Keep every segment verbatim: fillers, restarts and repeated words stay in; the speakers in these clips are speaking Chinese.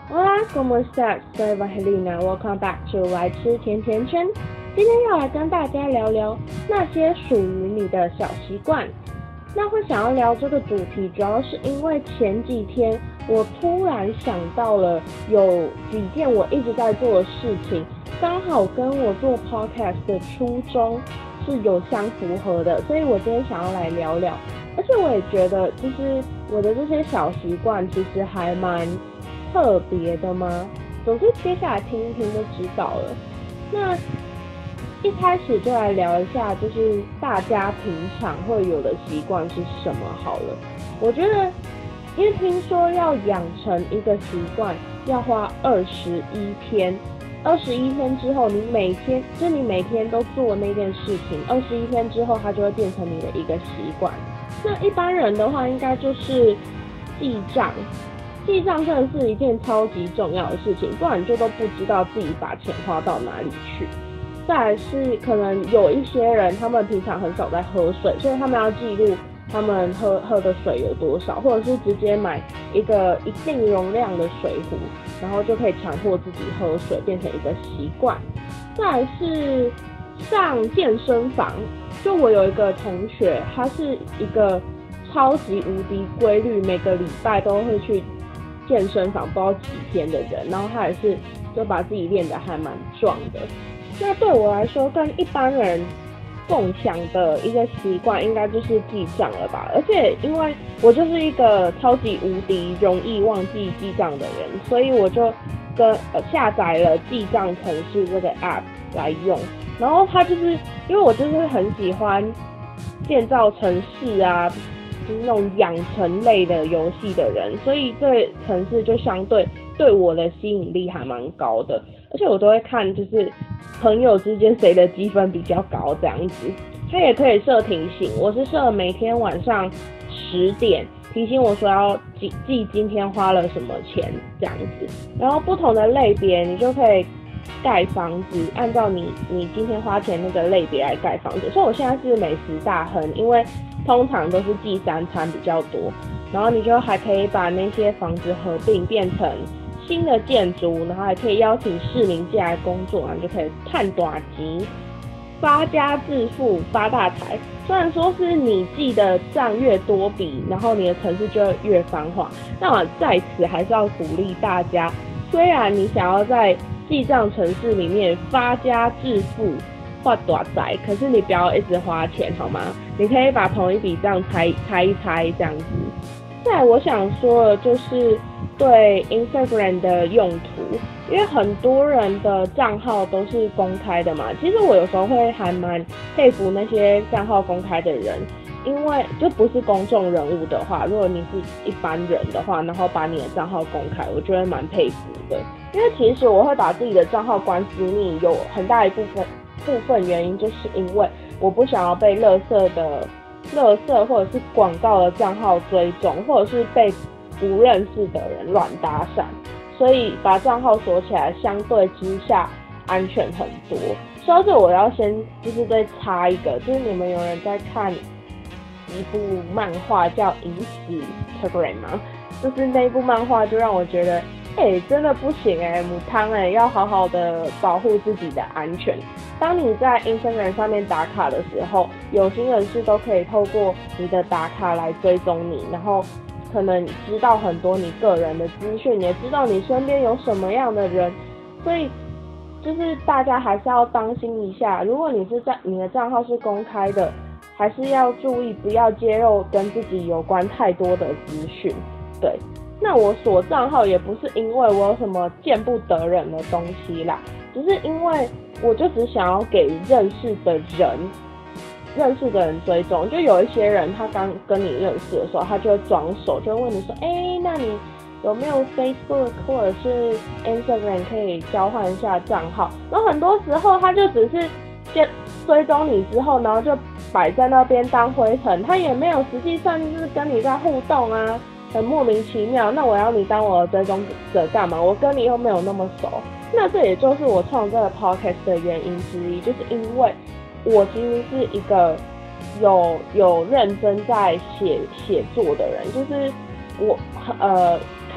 Hola, ¿cómo estás? Soy Vahelina. Welcome back to 来吃甜甜圈。今天要来跟大家聊聊那些属于你的小习惯。那会想要聊这个主题，主要是因为前几天我突然想到了有几件我一直在做的事情，刚好跟我做 podcast 的初衷是有相符合的，所以我今天想要来聊聊。而且我也觉得，就是我的这些小习惯其实还蛮特别的吗？总之，接下来听一听就知道了。那一开始就来聊一下，就是大家平常会有的习惯是什么好了。我觉得，因为听说要养成一个习惯要花二十一天，二十一天之后，你每天就你每天都做那件事情，二十一天之后它就会变成你的一个习惯。那一般人的话，应该就是记账。记账真的是一件超级重要的事情，不然你就都不知道自己把钱花到哪里去。再来是可能有一些人，他们平常很少在喝水，所以他们要记录他们喝喝的水有多少，或者是直接买一个一定容量的水壶，然后就可以强迫自己喝水，变成一个习惯。再来是上健身房，就我有一个同学，他是一个超级无敌规律，每个礼拜都会去健身房，不知道几天的人，然后他也是就把自己练得还蛮壮的。那对我来说，跟一般人共享的一个习惯，应该就是记账了吧？而且因为我就是一个超级无敌容易忘记记账的人，所以我就跟、呃、下载了记账程式这个 app 来用。然后它就是因为我就是很喜欢建造程式啊，就是那种养成类的游戏的人，所以这程式就相对对我的吸引力还蛮高的。而且我都会看，就是朋友之间谁的积分比较高这样子。它也可以设提醒，我是设每天晚上十点提醒我说要记记今天花了什么钱这样子。然后不同的类别，你就可以盖房子，按照你你今天花钱那个类别来盖房子。所以我现在是美食大亨，因为通常都是记三餐比较多，然后你就还可以把那些房子合并变成新的建筑，然后还可以邀请市民进来工作，然后就可以赚大钱，发家致富，发大财。虽然说是你记的账越多笔，然后你的城市就会越繁华，那我在此还是要鼓励大家，虽然你想要在记账城市里面发家致富，发大财，可是你不要一直花钱好吗？你可以把同一笔账拆拆一拆这样子。再来我想说的就是对 Instagram 的用途，因为很多人的账号都是公开的嘛，其实我有时候会还蛮佩服那些账号公开的人，因为就不是公众人物的话，如果你是一般人的话，然后把你的账号公开，我就会蛮佩服的。因为其实我会把自己的账号关私密，有很大一部分部分原因就是因为我不想要被垃圾的垃圾或者是广告的账号追踪，或者是被不认识的人乱搭讪，所以把账号锁起来相对之下安全很多。说到这我要先就是再插一个，就是你们有人在看一部漫画叫《影史 Telegram》吗？就是那部漫画就让我觉得哎、欸，真的不行哎、欸，母汤哎，要好好的保护自己的安全。当你在 Instagram 上面打卡的时候，有心人士都可以透过你的打卡来追踪你，然后可能知道很多你个人的资讯，也知道你身边有什么样的人，所以就是大家还是要当心一下。如果你是在你的账号是公开的，还是要注意不要揭露跟自己有关太多的资讯。对。那我锁账号也不是因为我有什么见不得人的东西啦，只是因为我就只想要给认识的人认识的人追踪。就有一些人他刚跟你认识的时候，他就会装熟，就会问你说哎、欸，那你有没有 Facebook 或者是 Instagram 可以交换一下账号。然后很多时候他就只是追踪你之后，然后就摆在那边当灰尘，他也没有实际上就是跟你在互动啊，很莫名其妙。那我要你当我的追踪者干嘛？我跟你又没有那么熟。那这也就是我创这个 podcast 的原因之一，就是因为我其实是一个有有认真在写写作的人，就是我呃看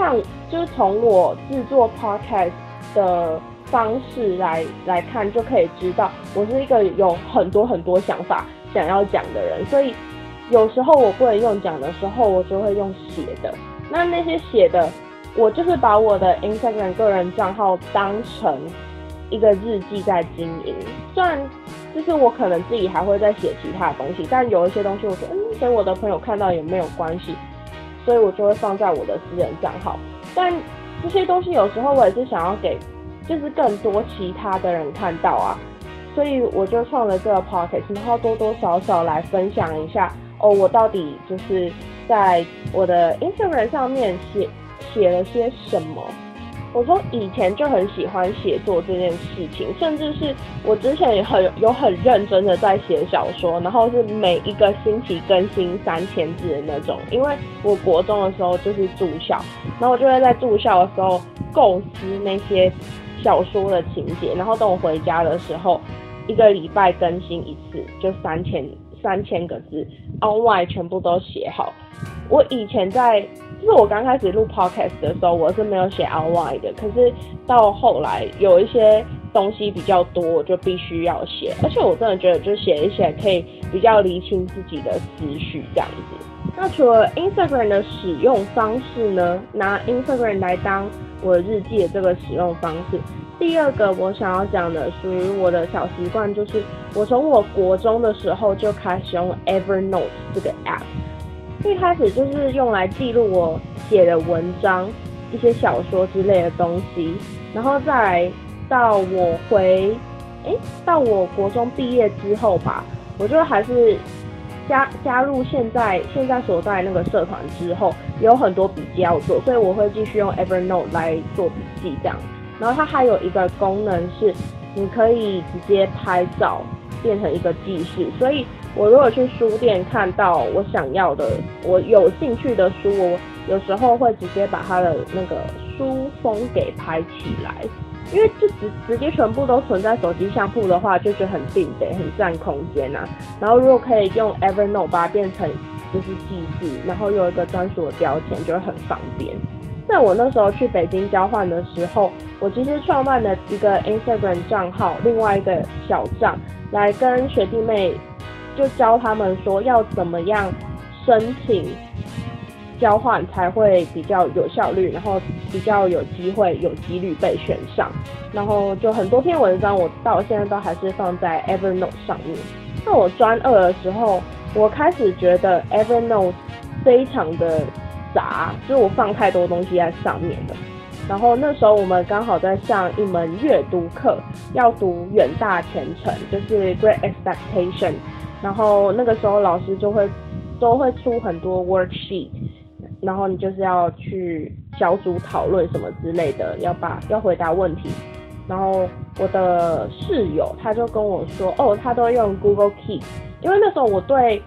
就是从我制作 podcast 的方式来来看，就可以知道我是一个有很多很多想法想要讲的人，所以有时候我不能用讲的时候，我就会用写的。那那些写的，我就是把我的 Instagram 个人账号当成一个日记在经营。虽然就是我可能自己还会再写其他的东西，但有一些东西我觉得嗯，给我的朋友看到也没有关系，所以我就会放在我的私人账号。但这些东西有时候我也是想要给就是更多其他的人看到啊，所以我就创了这个 podcast， 然后多多少少来分享一下哦，我到底就是在我的 Instagram 上面写写了些什么。我说以前就很喜欢写作这件事情，甚至是我之前也很有很认真的在写小说，然后是每一个星期更新三千字的那种。因为我国中的时候就是住校，然后我就会在住校的时候构思那些小说的情节，然后等我回家的时候，一个礼拜更新一次，就三千三千个字 ，online 全部都写好。我以前在，就是我刚开始录 podcast 的时候，我是没有写 outline 的，可是到后来有一些东西比较多，我就必须要写，而且我真的觉得就写一写可以比较厘清自己的思绪这样子。那除了 Instagram 的使用方式呢，拿 Instagram 来当我的日记的这个使用方式，第二个我想要讲的属于我的小习惯，就是我从我国中的时候就开始用 Evernote 这个 app。一开始就是用来记录我写的文章、一些小说之类的东西，然后再来到我回，诶，到我国中毕业之后吧，我就还是加加入现在现在所在那个社团之后，有很多笔记要做，所以我会继续用 Evernote 来做笔记这样。然后它还有一个功能是，你可以直接拍照变成一个记事，所以我如果去书店看到我想要的、我有兴趣的书，我有时候会直接把它的那个书封给拍起来，因为就直直接全部都存在手机相簿的话，就觉得很定得很占空间啊。然后如果可以用 Evernote 把它变成就是记事，然后有一个专属的标签，就会很方便。在我那时候去北京交换的时候，我其实创办了一个 Instagram 账号，另外一个小账，来跟学弟妹就教他们说要怎么样申请交换才会比较有效率，然后比较有机会有几率被选上。然后就很多篇文章我到现在都还是放在 Evernote 上面。那我专二的时候，我开始觉得 Evernote 非常的杂，就是我放太多东西在上面了。然后那时候我们刚好在上一门阅读课，要读远大前程，就是 Great Expectation。然后那个时候老师就会都会出很多 worksheet， 然后你就是要去小组讨论什么之类的，要把要回答问题。然后我的室友他就跟我说，哦，他都用 Google Keep， 因为那时候我对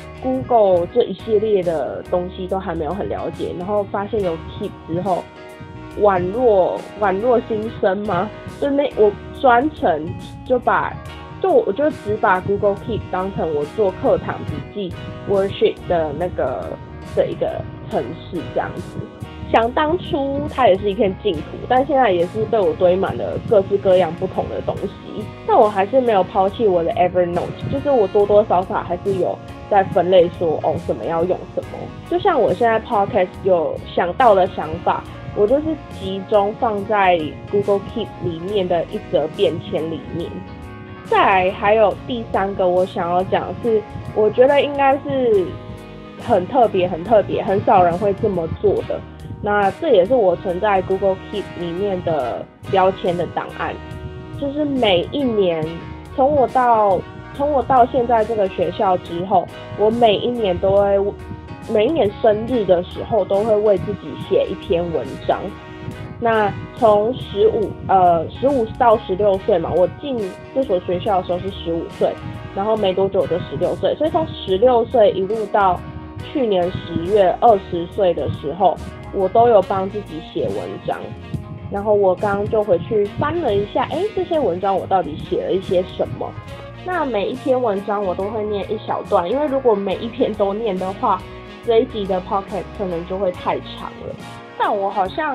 Google 这一系列的东西都还没有很了解，然后发现有 Keep 之后，宛若宛若新生嘛，就那我专程就把。就我就只把 Google Keep 当成我做课堂笔记 worksheet 的那个的一个程式这样子。想当初它也是一片净土，但现在也是被我堆满了各式各样不同的东西。但我还是没有抛弃我的 Evernote， 就是我多多少少还是有在分类说哦什么要用什么。就像我现在 podcast 有想到的想法，我就是集中放在 Google Keep 里面的一则便签里面。再来还有第三个我想要讲是，我觉得应该是很特别很特别，很少人会这么做的。那这也是我存在 Google Keep 里面的标签的档案，就是每一年从我到从我到现在这个学校之后，我每一年都会每一年生日的时候都会为自己写一篇文章。那从十五呃十五到十六岁嘛，我进这所学校的时候是十五岁，然后没多久我就十六岁，所以从十六岁一路到去年十月二十岁的时候，我都有帮自己写文章。然后我刚刚就回去翻了一下，哎，这些文章我到底写了一些什么？那每一篇文章我都会念一小段，因为如果每一篇都念的话，这一集的 podcast 可能就会太长了。但我好像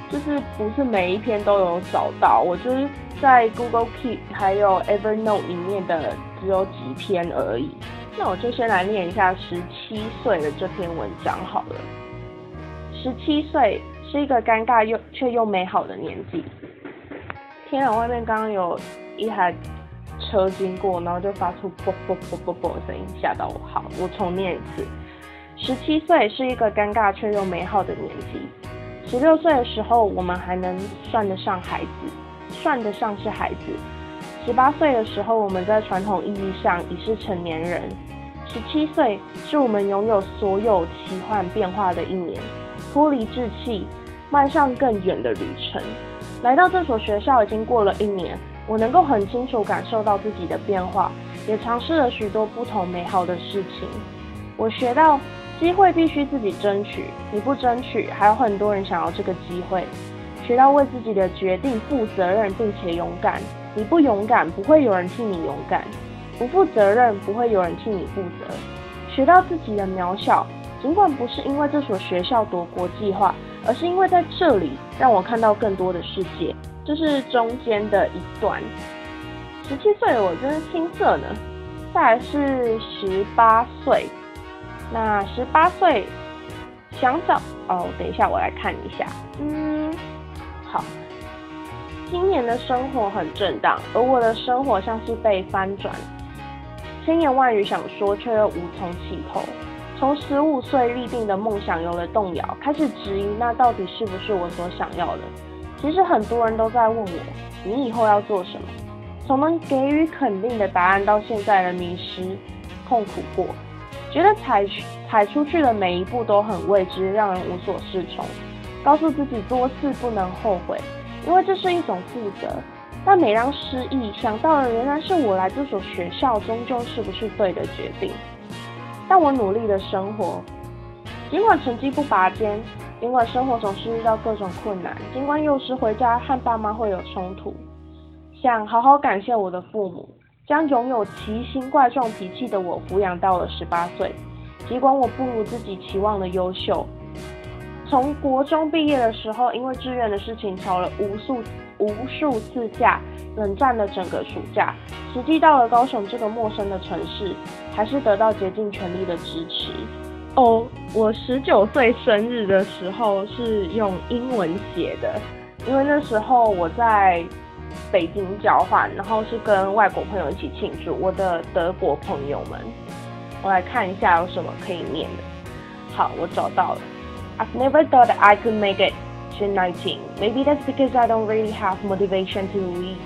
就是不是每一篇都有找到，我就是在 Google Keep 还有 Evernote 里面的只有几篇而已。那我就先来念一下十七岁的这篇文章好了。十七岁是一个尴尬又却又美好的年纪。天啊，外面刚刚有一台车经过，然后就发出啵啵啵啵啵的声音，吓到我。好，我重念一次。十七岁是一个尴尬却又美好的年纪。十六岁的时候，我们还能算得上孩子，算得上是孩子。十八岁的时候，我们在传统意义上已是成年人。十七岁是我们拥有所有奇幻变化的一年，脱离稚气，迈向更远的旅程。来到这所学校已经过了一年，我能够很清楚感受到自己的变化，也尝试了许多不同美好的事情。我学到机会必须自己争取，你不争取，还有很多人想要这个机会。学到为自己的决定负责任并且勇敢，你不勇敢，不会有人替你勇敢；不负责任，不会有人替你负责。学到自己的渺小，尽管不是因为这所学校多国际化，而是因为在这里让我看到更多的世界。这是中间的一段。十七岁的我真是青涩呢。再来是十八岁。那十八岁想找哦，等一下我来看一下。嗯，好。今年的生活很震荡，而我的生活像是被翻转，千言万语想说，却又无从起头。从十五岁立定的梦想有了动摇，开始质疑那到底是不是我所想要的。其实很多人都在问我，你以后要做什么？从能给予肯定的答案到现在的迷失、痛苦过，觉得踩踩出去的每一步都很未知，让人无所适从。告诉自己多次不能后悔，因为这是一种负责。但每当失意，想到的仍然是我来这所学校终究是不是对的决定。但我努力的生活，尽管成绩不拔尖，尽管生活总是遇到各种困难，尽管有时回家和爸妈会有冲突，想好好感谢我的父母，将拥有奇形怪状脾气的我抚养到了十八岁。尽管我不如自己期望的优秀，从国中毕业的时候，因为志愿的事情吵了无数无数次架，冷战了整个暑假。实际到了高雄这个陌生的城市，还是得到竭尽全力的支持。哦，我十九岁生日的时候是用英文写的，因为那时候我在北京交换，然后是跟外国朋友一起庆祝，我的德国朋友们。我来看一下有什么可以念的。好，我找到了。I've never thought I could make it to nineteen. Maybe that's because I don't really have motivation to leave.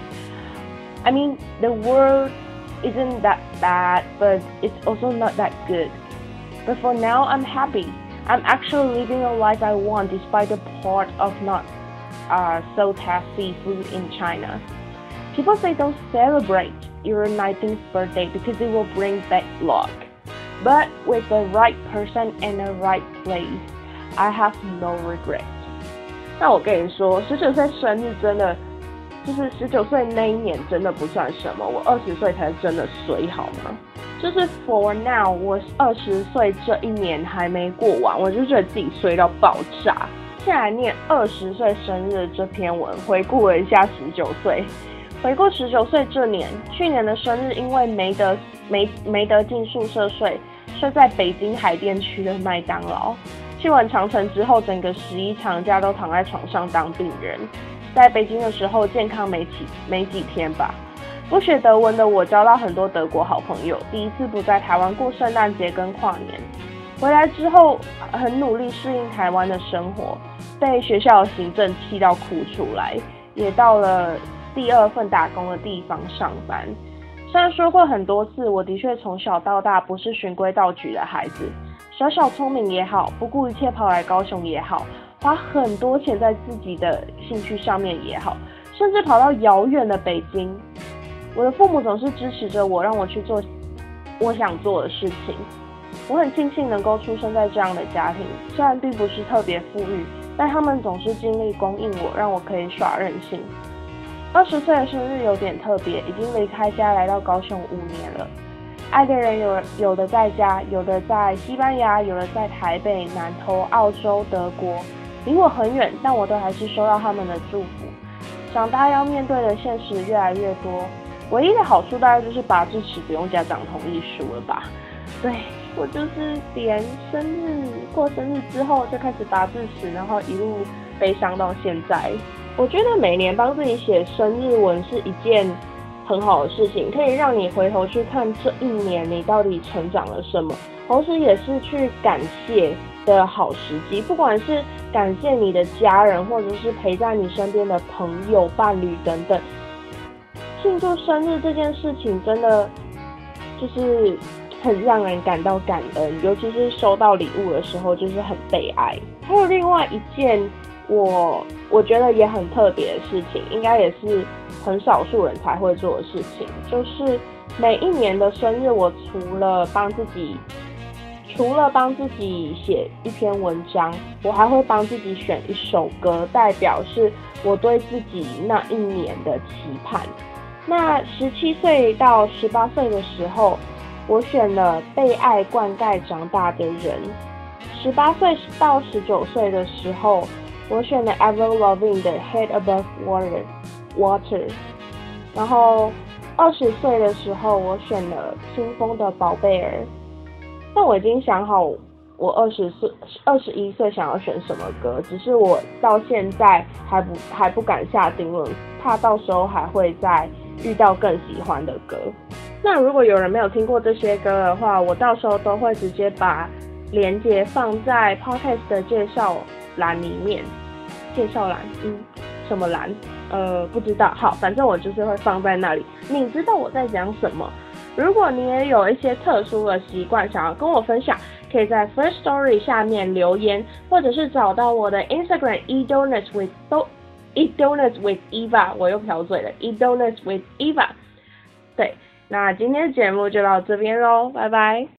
I mean, the world isn't that bad, but it's also not that good. But for now, I'm happy. I'm actually living a life I want despite the part of not uh, so tasty food in China. People say don't celebrate your nineteenth birthday because it will bring bad luck. But with the right person and the right place, I have no regret. 那我跟你说，十九岁生日真的，就是十九岁那一年真的不算什么，我二十岁才真的衰，好吗？就是 for now， 我二十岁这一年还没过完，我就觉得自己衰到爆炸。现在念二十岁生日这篇文，回顾了一下十九岁。回顾十九岁这年，去年的生日因为没得没没得进宿舍睡，睡在北京海淀区的麦当劳。去完长城之后，整个十一长假都躺在床上当病人。在北京的时候，健康没几没几天吧。不学德文的我交到很多德国好朋友，第一次不在台湾过圣诞节跟跨年。回来之后很努力适应台湾的生活，被学校的行政气到哭出来，也到了第二份打工的地方上班。虽然说过很多次，我的确从小到大不是循规蹈矩的孩子，小小聪明也好，不顾一切跑来高雄也好，花很多钱在自己的兴趣上面也好，甚至跑到遥远的北京。我的父母总是支持着我，让我去做我想做的事情。我很庆幸能够出生在这样的家庭，虽然并不是特别富裕，但他们总是尽力供应我，让我可以耍任性。二十岁的生日有点特别，已经离开家来到高雄五年了。爱的人有有的在家，有的在西班牙，有的在台北、南投、澳洲、德国。 离我很远，但我都还是收到他们的祝福。长大要面对的现实越来越多，唯一的好处大概就是拔智齿不用家长同意书了吧？对，我就是连生日过生日之后就开始拔智齿，然后一路悲伤到现在。我觉得每年帮自己写生日文是一件很好的事情，可以让你回头去看这一年你到底成长了什么，同时也是去感谢的好时机，不管是感谢你的家人，或者是陪在你身边的朋友、伴侣等等。庆祝生日这件事情真的就是很让人感到感恩，尤其是收到礼物的时候，就是很被爱。还有另外一件我我觉得也很特别的事情，应该也是很少数人才会做的事情，就是每一年的生日，我除了帮自己除了帮自己写一篇文章，我还会帮自己选一首歌，代表是我对自己那一年的期盼。那十七岁到十八岁的时候，我选了被爱灌溉长大的人。十八岁到十九岁的时候，我选了 Avril Lavigne 的 Head Above Water Water。然后二十岁的时候，我选了清风的宝贝儿。但我已经想好我二十岁、二十一岁想要选什么歌，只是我到现在还不还不敢下定论，怕到时候还会再遇到更喜欢的歌。那如果有人没有听过这些歌的话，我到时候都会直接把连结放在 podcast 的介绍栏里面。介绍栏，嗯，什么栏？呃，不知道。好，反正我就是会放在那里，你知道我在讲什么。如果你也有一些特殊的习惯想要跟我分享，可以在 First Story 下面留言，或者是找到我的 Instagram eat donuts with eat donuts with Eva， 我又瓢嘴了 eat donuts with Eva。对，那今天的节目就到这边咯，拜拜。